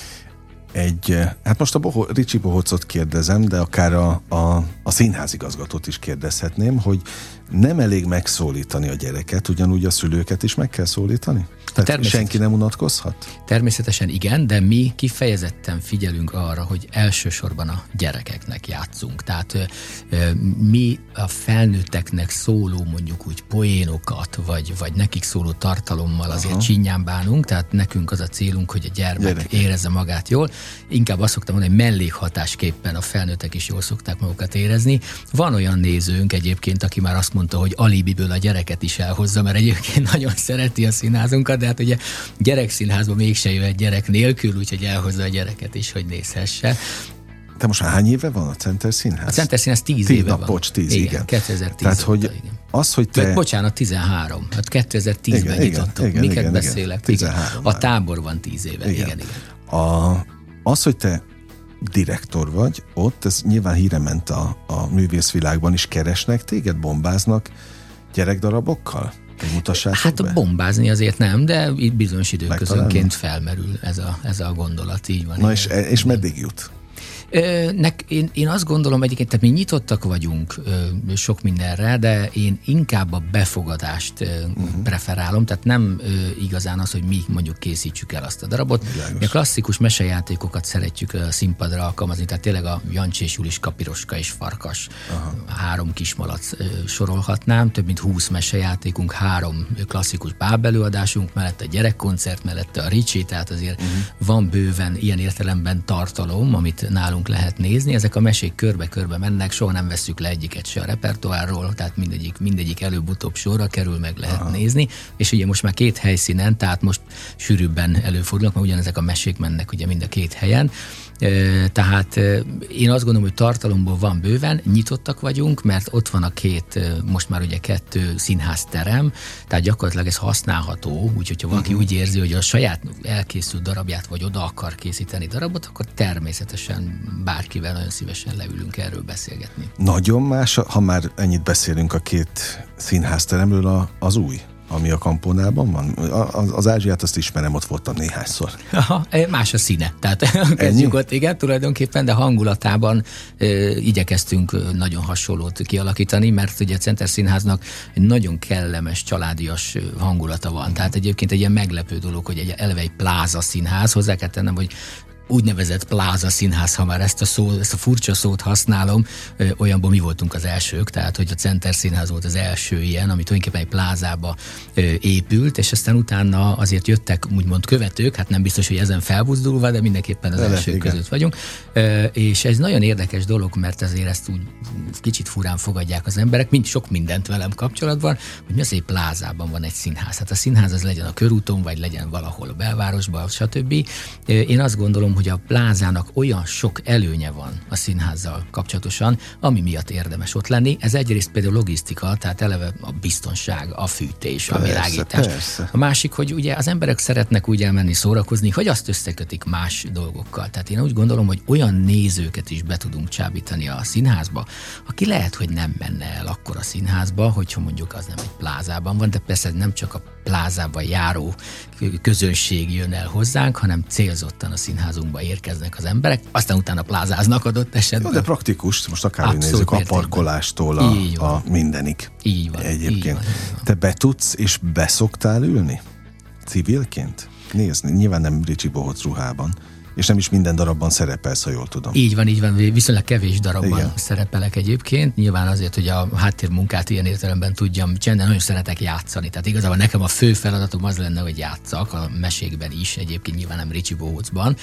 Hát most a Ricsi Bohócot kérdezem, de akár a színházigazgatót is kérdezhetném, hogy nem elég megszólítani a gyereket, ugyanúgy a szülőket is meg kell szólítani? Tehát senki nem unatkozhat? Természetesen igen, de mi kifejezetten figyelünk arra, hogy elsősorban a gyerekeknek játszunk. Tehát mi a felnőtteknek szóló mondjuk úgy poénokat, vagy nekik szóló tartalommal azért csinyán bánunk, tehát nekünk az a célunk, hogy a gyermek érezze magát jól. Inkább azt szoktam mondani, hogy mellékhatásképpen a felnőttek is jól szokták magukat érezni. Van olyan nézőnk egyébként, aki már azt mondta, hogy alibiből a gyereket is elhozza, mert egyébként nagyon szereti a színházunkat, de hát ugye gyerekszínházba mégse jöhet gyerek nélkül, úgyhogy elhozza a gyereket is, hogy nézhesse. Te most már hány éve van a Center Színház? A Center Színház 10 éve van. 10, igen. 2010 Tehát, hogy igen. Az, hogy te... Bocsánat, 13. Hát 2010-ben nyitottuk. Miket beszélek? 13 a tábor van 10 éve. Igen. Az, hogy te direktor vagy ott, ez nyilván híre ment a művészvilágban is, keresnek téged, bombáznak gyerekdarabokkal? Hát bombázni azért nem, de itt bizonyos időközönként felmerül ez a gondolat, így van. Na és meddig jut? Én azt gondolom egyébként, tehát mi nyitottak vagyunk sok mindenre, de én inkább a befogadást preferálom, tehát nem igazán az, hogy mi mondjuk készítsük el azt a darabot. Mi a klasszikus mesejátékokat szeretjük a színpadra alkalmazni, tehát tényleg a Jancsi és Juliska, Piroska és Farkas, 3 kismalac sorolhatnám, több mint 20 mesejátékunk, 3 klasszikus bábelőadásunk, mellette a gyerekkoncert, mellette a Ricsi, tehát azért van bőven ilyen értelemben tartalom, amit nálunk lehet nézni. Ezek a mesék körbe-körbe mennek, soha nem vesszük le egyiket se a repertoárról, tehát mindegyik előbb-utóbb sorra kerül, meg lehet nézni, és ugye most már 2 helyszínen, tehát most sűrűbben előfordulnak, mert ugyanezek a mesék mennek ugye mind a 2 helyen. Tehát én azt gondolom, hogy tartalomból van bőven, nyitottak vagyunk, mert ott van a 2, most már ugye 2 színházterem, tehát gyakorlatilag ez használható, úgyhogy ha valaki úgy érzi, hogy a saját elkészült darabját, vagy oda akar készíteni darabot, akkor természetesen bárkivel nagyon szívesen leülünk erről beszélgetni. Nagyon más, ha már ennyit beszélünk a 2 színházteremről, az új, ami a Kampónában van. Az Ázsiát azt ismerem, ott voltam néhányszor. Aha, más a színe. Tehát kezdjük ott, igen, tulajdonképpen, de hangulatában igyekeztünk nagyon hasonlót kialakítani, mert ugye a Center Színháznak egy nagyon kellemes, családias hangulata van. Tehát egyébként egy ilyen meglepő dolog, hogy eleve egy pláza színház, hozzá kell tennem, hogy úgynevezett pláza színház, ha már ezt a furcsa szót használom, olyanból mi voltunk az elsők, tehát hogy a Center Színház volt az első ilyen, ami tulajdonképpen egy plázába épült, és aztán utána azért jöttek úgymond követők, hát nem biztos, hogy ezen felbuzdulva, de mindenképpen az elsők között vagyunk. És ez nagyon érdekes dolog, mert azért ezt úgy kicsit furán fogadják az emberek, mint sok mindent velem kapcsolatban, hogy mi az, egy plázában van egy színház. Hát a színház az legyen a körúton, vagy legyen valahol a belvárosban, stb. Én azt gondolom, hogy a plázának olyan sok előnye van a színházzal kapcsolatosan, ami miatt érdemes ott lenni. Ez egyrészt például logisztika, tehát eleve a biztonság, a fűtés, a világítás. Persze. A másik, hogy ugye az emberek szeretnek úgy elmenni szórakozni, hogy azt összekötik más dolgokkal. Tehát én úgy gondolom, hogy olyan nézőket is be tudunk csábítani a színházba, aki lehet, hogy nem menne el akkor a színházba, hogyha mondjuk az nem egy plázában van, de persze nem csak a plázában járó közönség jön el hozzánk, hanem célzottan a színházunkba érkeznek az emberek, aztán utána plázáznak adott esetben. De praktikus, most akár nézzük a parkolástól a mindenik. Így van. Egyébként. Így van. Te be tudsz és beszoktál ülni? Civilként? Nézni, nyilván nem Ricsi Bohóc ruhában. És nem is minden darabban szerepelsz, ha jól tudom. Így van, viszonylag kevés darabban szerepelek egyébként. Nyilván azért, hogy a háttérmunkát ilyen értelemben tudjam csinálni, nagyon szeretek játszani. Tehát igazából nekem a fő feladatom az lenne, hogy játsszak a mesékben is, egyébként nyilván nem Ricsi Bohócban.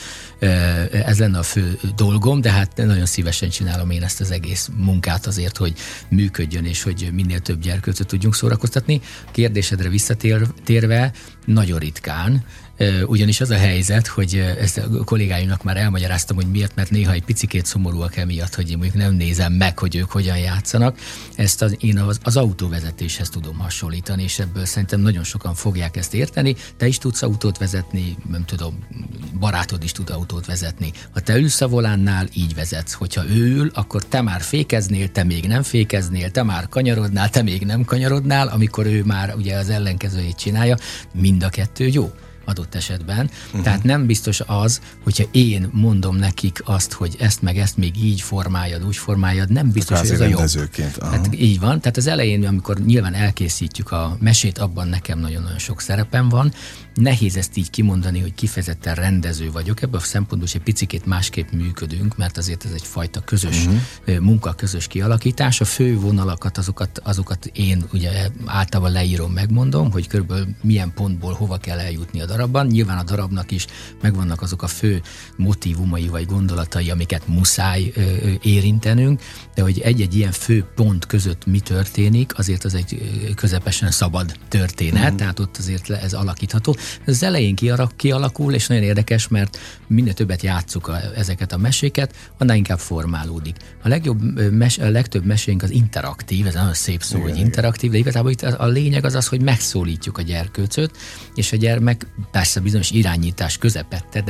Ez lenne a fő dolgom, de hát nagyon szívesen csinálom én ezt az egész munkát azért, hogy működjön, és hogy minél több gyerkőcöt tudjunk szórakoztatni. Kérdésedre visszatérve, nagyon ritkán, ugyanis az a helyzet, hogy ezt a kollégáimnak már elmagyaráztam, hogy miért, mert néha egy picikét szomorúak emiatt, hogy én mondjuk nem nézem meg, hogy ők hogyan játszanak. Ezt én az autóvezetéshez tudom hasonlítani, és ebből szerintem nagyon sokan fogják ezt érteni. Te is tudsz autót vezetni, nem tudom, barátod is tud autót vezetni. Ha te ülsz a volánnál, így vezetsz. Hogyha ő ül, akkor te már fékeznél, te még nem fékeznél, te már kanyarodnál, te még nem kanyarodnál, amikor ő már ugye az ellenkezőjét csinálja, mind a kettő jó adott esetben. Tehát nem biztos az, hogyha én mondom nekik azt, hogy ezt meg ezt még így formáljad, úgy formáljad, nem biztos, hogy ez a jobb. Tehát így van. Tehát az elején, amikor nyilván elkészítjük a mesét, abban nekem nagyon-nagyon sok szerepem van. Nehéz ezt így kimondani, hogy kifejezetten rendező vagyok. Ebből a szempontból is egy picikét másképp működünk, mert azért ez egyfajta közös munka, közös kialakítás. A fő vonalakat, azokat én ugye általában leírom, megmondom, hogy körülbelül milyen pontból hova kell eljutni a darabban. Nyilván a darabnak is megvannak azok a fő motívumai vagy gondolatai, amiket muszáj érintenünk, de hogy egy-egy ilyen fő pont között mi történik, azért az egy közepesen szabad történet, tehát ott azért ez alakítható. Az elején kialakul, és nagyon érdekes, mert minél többet játsszuk ezeket a meséket, annál inkább formálódik. A legtöbb mesénk az interaktív, ez nagyon szép szó, hogy interaktív, de igazából itt a lényeg az, hogy megszólítjuk a gyerkőcöt, és a gyermek persze bizonyos irányítás közepette, de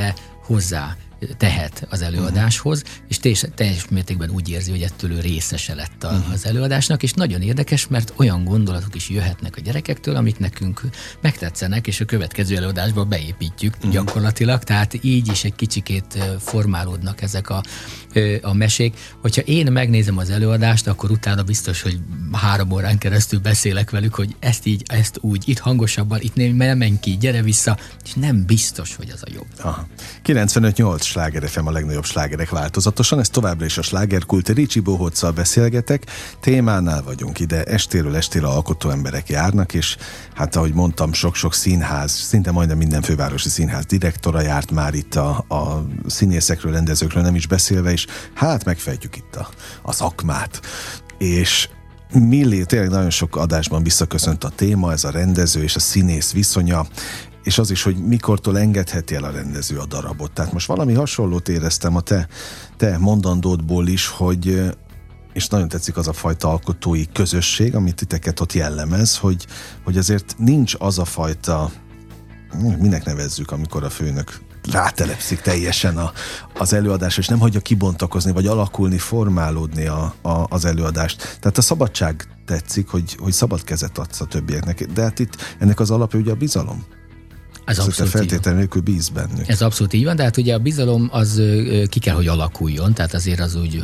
hozzá tehet az előadáshoz, és teljes mértékben úgy érzi, hogy ettől ő részese lett az előadásnak, és nagyon érdekes, mert olyan gondolatok is jöhetnek a gyerekektől, amik nekünk megtetszenek, és a következő előadásba beépítjük gyakorlatilag, tehát így is egy kicsikét formálódnak ezek a mesék. Hogyha én megnézem az előadást, akkor utána biztos, hogy 3 órán keresztül beszélek velük, hogy ezt így, ezt úgy, itt hangosabban, itt nem menj ki, gyere vissza, és nem biztos, hogy az a jobb. Aha. 95.8 Sláger FM, a legnagyobb slágerek változatosan, ez továbbra is a Slágerkult, Ricsi Bohóccal beszélgetek, témánál vagyunk, ide estéről estére alkotó emberek járnak, és hát ahogy mondtam, sok-sok színház, szinte majdnem minden fővárosi színház direktora járt már itt a színészekről, rendezőkről nem is beszélve, és hát megfejtjük itt a szakmát. És tényleg nagyon sok adásban visszaköszönt a téma, ez a rendező és a színész viszonya, és az is, hogy mikortól engedheti el a rendező a darabot. Tehát most valami hasonlót éreztem a te mondandódból is, hogy és nagyon tetszik az a fajta alkotói közösség, amit titeket ott jellemez, hogy azért nincs az a fajta, minek nevezzük, amikor a főnök rátelepszik teljesen az előadás, és nem hagyja kibontakozni, vagy alakulni, formálódni az előadást. Tehát a szabadság tetszik, hogy szabad kezet adsz a többieknek, de hát itt ennek az alapja ugye a bizalom. Ez abszolút feltétlenül nélkül bíz bennük. Ez abszolút így van, de hát ugye a bizalom az ki kell, hogy alakuljon, tehát azért az úgy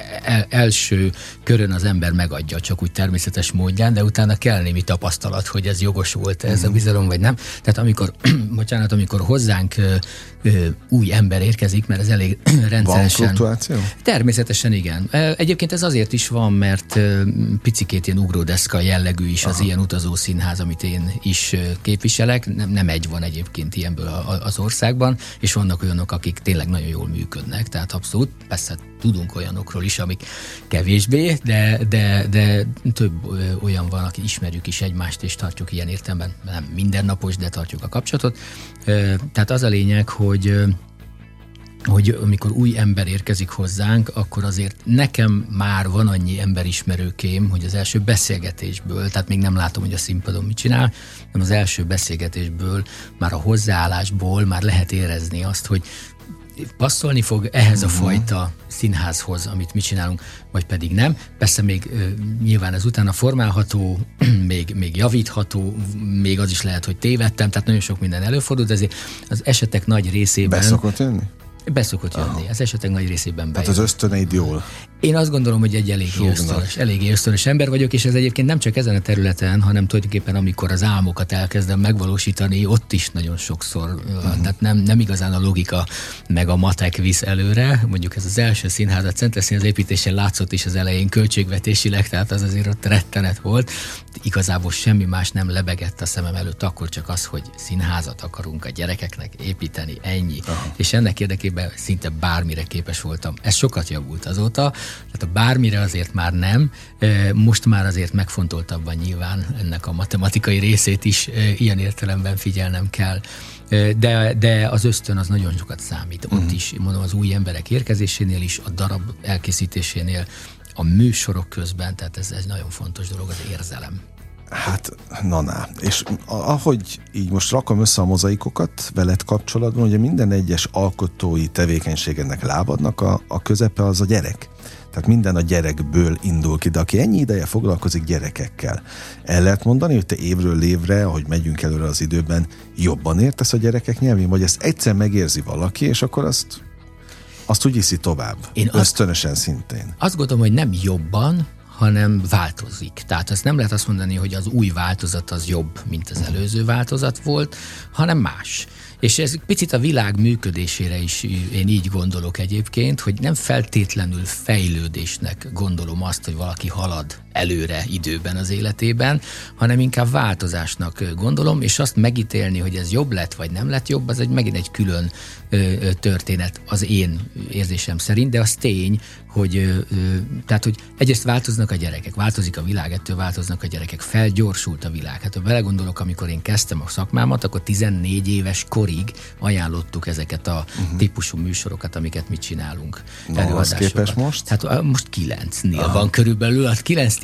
első körön az ember megadja csak úgy természetes módján, de utána kell némi tapasztalat, hogy ez jogos volt ez a bizalom, vagy nem. Tehát amikor hozzánk új ember érkezik, mert ez elég rendszeresen. Van fluktuáció? Természetesen igen. Egyébként ez azért is van, mert picikét ilyen ugródeszka jellegű is az ilyen utazó színház, amit én is képviselek. Nem egy van egyébként ilyenből az országban, és vannak olyanok, akik tényleg nagyon jól működnek, tehát abszolút, persze tudunk olyanokról is, amik kevésbé, de több olyan van, aki ismerjük is egymást, és tartjuk ilyen értelemben, nem mindennapos, de tartjuk a kapcsolatot. Tehát az a lényeg, hogy amikor új ember érkezik hozzánk, akkor azért nekem már van annyi emberismerőkém, hogy az első beszélgetésből, tehát még nem látom, hogy a színpadon mit csinál, hanem az első beszélgetésből, már a hozzáállásból már lehet érezni azt, hogy passzolni fog ehhez a fajta színházhoz, amit mi csinálunk, vagy pedig nem. Persze még nyilván ez utána formálható, még javítható, még az is lehet, hogy tévedtem, tehát nagyon sok minden előfordul, de ezért az esetek nagy részében... Be szokott jönni? Be szokott jönni. Az esetek nagy részében bejön. Tehát az ösztöneid jól? Én azt gondolom, hogy egy eléggé ösztönös ember vagyok, és ez egyébként nem csak ezen a területen, hanem tulajdonképpen amikor az álmokat elkezdem megvalósítani, ott is nagyon sokszor, tehát nem igazán a logika meg a matek visz előre. Mondjuk ez az első színház, a Centre Színház építésén látszott is az elején költségvetésileg, tehát az azért ott rettenet volt. Igazából semmi más nem lebegett a szemem előtt, akkor csak az, hogy színházat akarunk a gyerekeknek építeni, ennyi. És ennek érdekében szinte bármire képes voltam. Ez sokat javult azóta, tehát a bármire azért már nem, most már azért megfontoltabban nyilván ennek a matematikai részét is ilyen értelemben figyelnem kell. De az ösztön az nagyon sokat számít. Ott is, mondom, az új emberek érkezésénél is, a darab elkészítésénél, a műsorok közben, tehát ez egy nagyon fontos dolog, az érzelem. Hát, na. És ahogy így most rakom össze a mozaikokat veled kapcsolatban, ugye minden egyes alkotói tevékenységednek, lábadnak a közepe az a gyerek. Tehát minden a gyerekből indul ki, de aki ennyi ideje foglalkozik gyerekekkel, el lehet mondani, hogy te évről évre, ahogy megyünk előre az időben, jobban értesz a gyerekek nyelvén, vagy ezt egyszer megérzi valaki, és akkor azt úgy viszi tovább, ösztönösen szintén. Azt gondolom, hogy nem jobban, hanem változik. Tehát azt nem lehet azt mondani, hogy az új változat az jobb, mint az előző változat volt, hanem más. És ez picit a világ működésére is én így gondolok egyébként, hogy nem feltétlenül fejlődésnek gondolom azt, hogy valaki halad előre időben az életében, hanem inkább változásnak gondolom, és azt megítélni, hogy ez jobb lett, vagy nem lett jobb, az megint egy külön történet az én érzésem szerint, de az tény, hogy egyrészt változnak a gyerekek, változik a világ, ettől változnak a gyerekek, felgyorsult a világ. Hát ha belegondolok, amikor én kezdtem a szakmámat, akkor 14 éves korig ajánlottuk ezeket a típusú műsorokat, amiket mi csinálunk. Ahhoz képest most? Hát most 9-nél van körülbelül, 9-10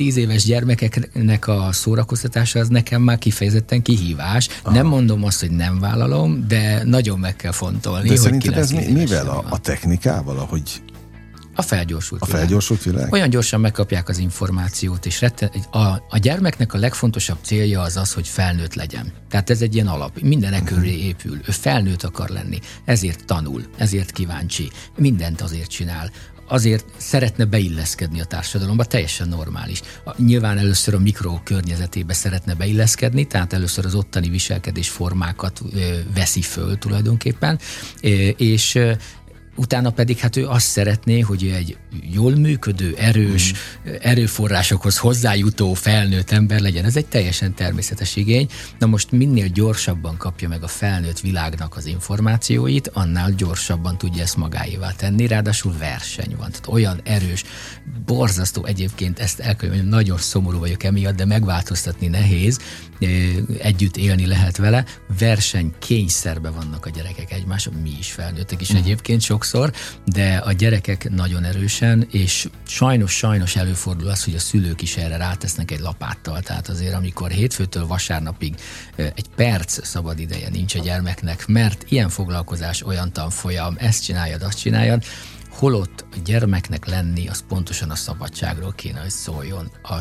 10 éves gyermekeknek a szórakoztatása az nekem már kifejezetten kihívás. Nem mondom azt, hogy nem vállalom, de nagyon meg kell fontolni. De szerinted ez mivel? A technikával, ahogy... A felgyorsult világ. Felgyorsult világ? Olyan gyorsan megkapják az információt, és a gyermeknek a legfontosabb célja az, hogy felnőtt legyen. Tehát ez egy ilyen alap. Mindenek köré épül. Ő felnőtt akar lenni. Ezért tanul, ezért kíváncsi. Mindent azért csinál. Azért szeretne beilleszkedni a társadalomba, teljesen normális. Nyilván először a mikrokörnyezetébe szeretne beilleszkedni, tehát először az ottani viselkedésformákat veszi föl tulajdonképpen, és utána pedig hát ő azt szeretné, hogy ő egy jól működő, erős, erőforrásokhoz hozzájutó felnőtt ember legyen. Ez egy teljesen természetes igény. Na most minél gyorsabban kapja meg a felnőtt világnak az információit, annál gyorsabban tudja ezt magáévá tenni, ráadásul verseny van. Tehát olyan erős, borzasztó egyébként, ezt elkönyvelni, nagyon szomorú vagyok emiatt, de megváltoztatni nehéz, együtt élni lehet vele. Verseny kényszerbe vannak a gyerekek egymással, mi is felnőttek is egyébként sokszor, de a gyerekek nagyon erősen, és sajnos előfordul az, hogy a szülők is erre rátesznek egy lapáttal. Tehát azért, amikor hétfőtől vasárnapig egy perc szabad ideje nincs a gyermeknek, mert ilyen foglalkozás, olyan tanfolyam, ezt csináljad, azt csináljad, holott a gyermeknek lenni, az pontosan a szabadságról kéne, hogy szóljon. A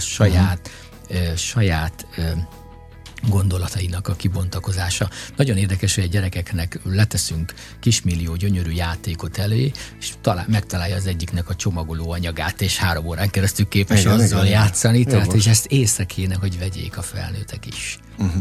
saját gondolatainak a kibontakozása. Nagyon érdekes, hogy a gyerekeknek leteszünk kismillió gyönyörű játékot elé, és megtalálja az egyiknek a csomagoló anyagát, és 3 órán keresztül képes azzal játszani, tehát és ezt észre kéne, hogy vegyék a felnőttek is.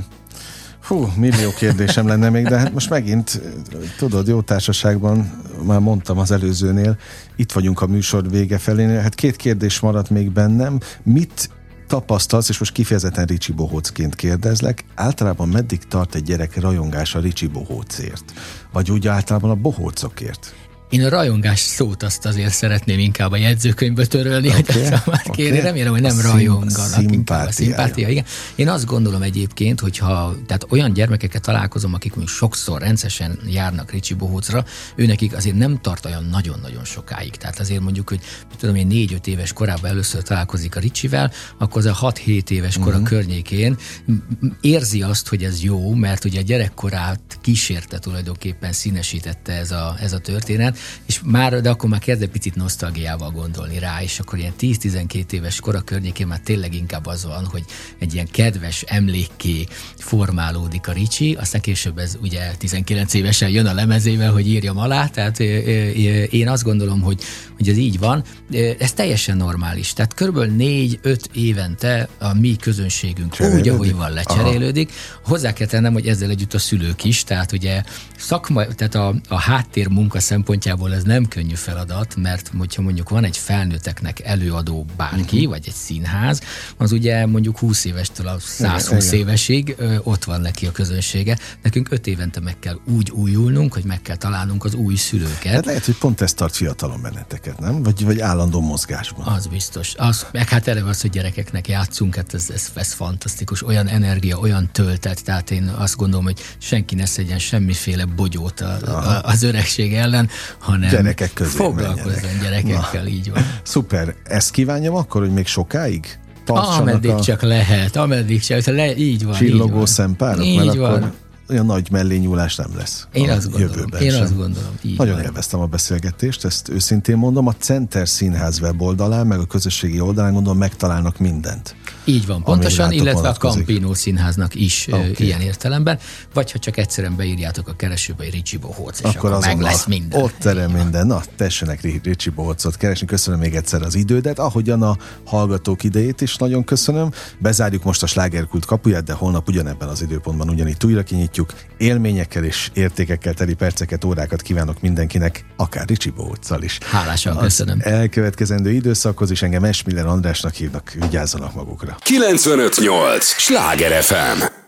Millió kérdésem lenne még, de hát most megint, tudod, jó társaságban, már mondtam az előzőnél, itt vagyunk a műsor vége felénél, hát 2 kérdés maradt még bennem. Mit tapasztalsz, és most kifejezetten Ricsi Bohócként kérdezlek, általában meddig tart egy gyerek rajongás a Ricsi Bohócért? Vagy úgy általában a bohócokért? Én a rajongás szót azt azért szeretném inkább a jegyzőkönyvből törölni, hogy azt már kérni. Remélem, hogy nem rajonganak, inkább a szimpátia. Igen. Én azt gondolom egyébként, hogyha tehát olyan gyermekeket találkozom, akik mondjuk sokszor rendszeresen járnak Ricsi Bohócra, őnekik azért nem tart olyan nagyon-nagyon sokáig. Tehát azért mondjuk, hogy tudom én 4-5 éves korában először találkozik a Ricsivel, akkor az a 6-7 éves kora környékén érzi azt, hogy ez jó, mert ugye a gyerekkorát kísérte tulajdonképpen, színesítette ez a történet, és de akkor már kezd egy picit nosztalgiával gondolni rá, és akkor ilyen 10-12 éves kora környékén már tényleg inkább az van, hogy egy ilyen kedves emlékké formálódik a Ricsi, aztán később ez ugye 19 évesen jön a lemezével, hogy írjam alá, tehát én azt gondolom, hogy ez így van. Ez teljesen normális, tehát körülbelül 4-5 évente a mi közönségünk úgy, ahogy van, lecserélődik. Hozzá kell tennem, hogy ezzel együtt a szülők is, tehát ugye tehát a háttér munka szempontjából ez nem könnyű feladat, mert hogyha mondjuk van egy felnőtteknek előadó bárki, vagy egy színház, az ugye mondjuk 20 évestől a 120 évesig ott van neki a közönsége. Nekünk 5 évente meg kell úgy újulnunk, hogy meg kell találnunk az új szülőket. Hát lehet, hogy pont ez tart fiatalon benneteket, nem? Vagy állandó mozgásban. Az biztos. Meg hát erre az, hogy gyerekeknek játszunk, hát ez fantasztikus. Olyan energia, olyan töltet, tehát én azt gondolom, hogy senki ne szedjen semmiféle bogyót az öregség ellen, hanem gyerekek közé foglalkozzon gyerekekkel, így van. Szuper. Ezt kívánjam akkor, hogy még sokáig ameddig csak lehet, így van. Csillogó szempárok, így mert van. Akkor olyan nagy mellényúlás nem lesz. Én azt gondolom. Nagyon élveztem a beszélgetést, ezt őszintén mondom. A Center Színház weboldalán, meg a közösségi oldalán gondolom megtalálnak mindent. Így van, pontosan, illetve a Campino Színháznak is ilyen értelemben, vagy ha csak egyszerűen beírjátok a keresőbe, hogy Ricsi Bohóc, és akkor meg lesz minden. Ott terem minden. Na, tessenek Ricsi Bohócot keresni. Köszönöm még egyszer az idődet, ahogyan a hallgatók idejét is nagyon köszönöm. Bezárjuk most a Slágerkult kapuját, de holnap ugyanebben az időpontban ugyanitt újra kinyitjuk. Élményekkel és értékekkel teli perceket, órákat kívánok mindenkinek, akár Ricsi Bohóccal is. Hálásan köszönöm. Elkövetkezendő időszakhoz is engem Esmiller Andrásnak hívnak, vigyázzanak magukra. 95.8 Sláger FM.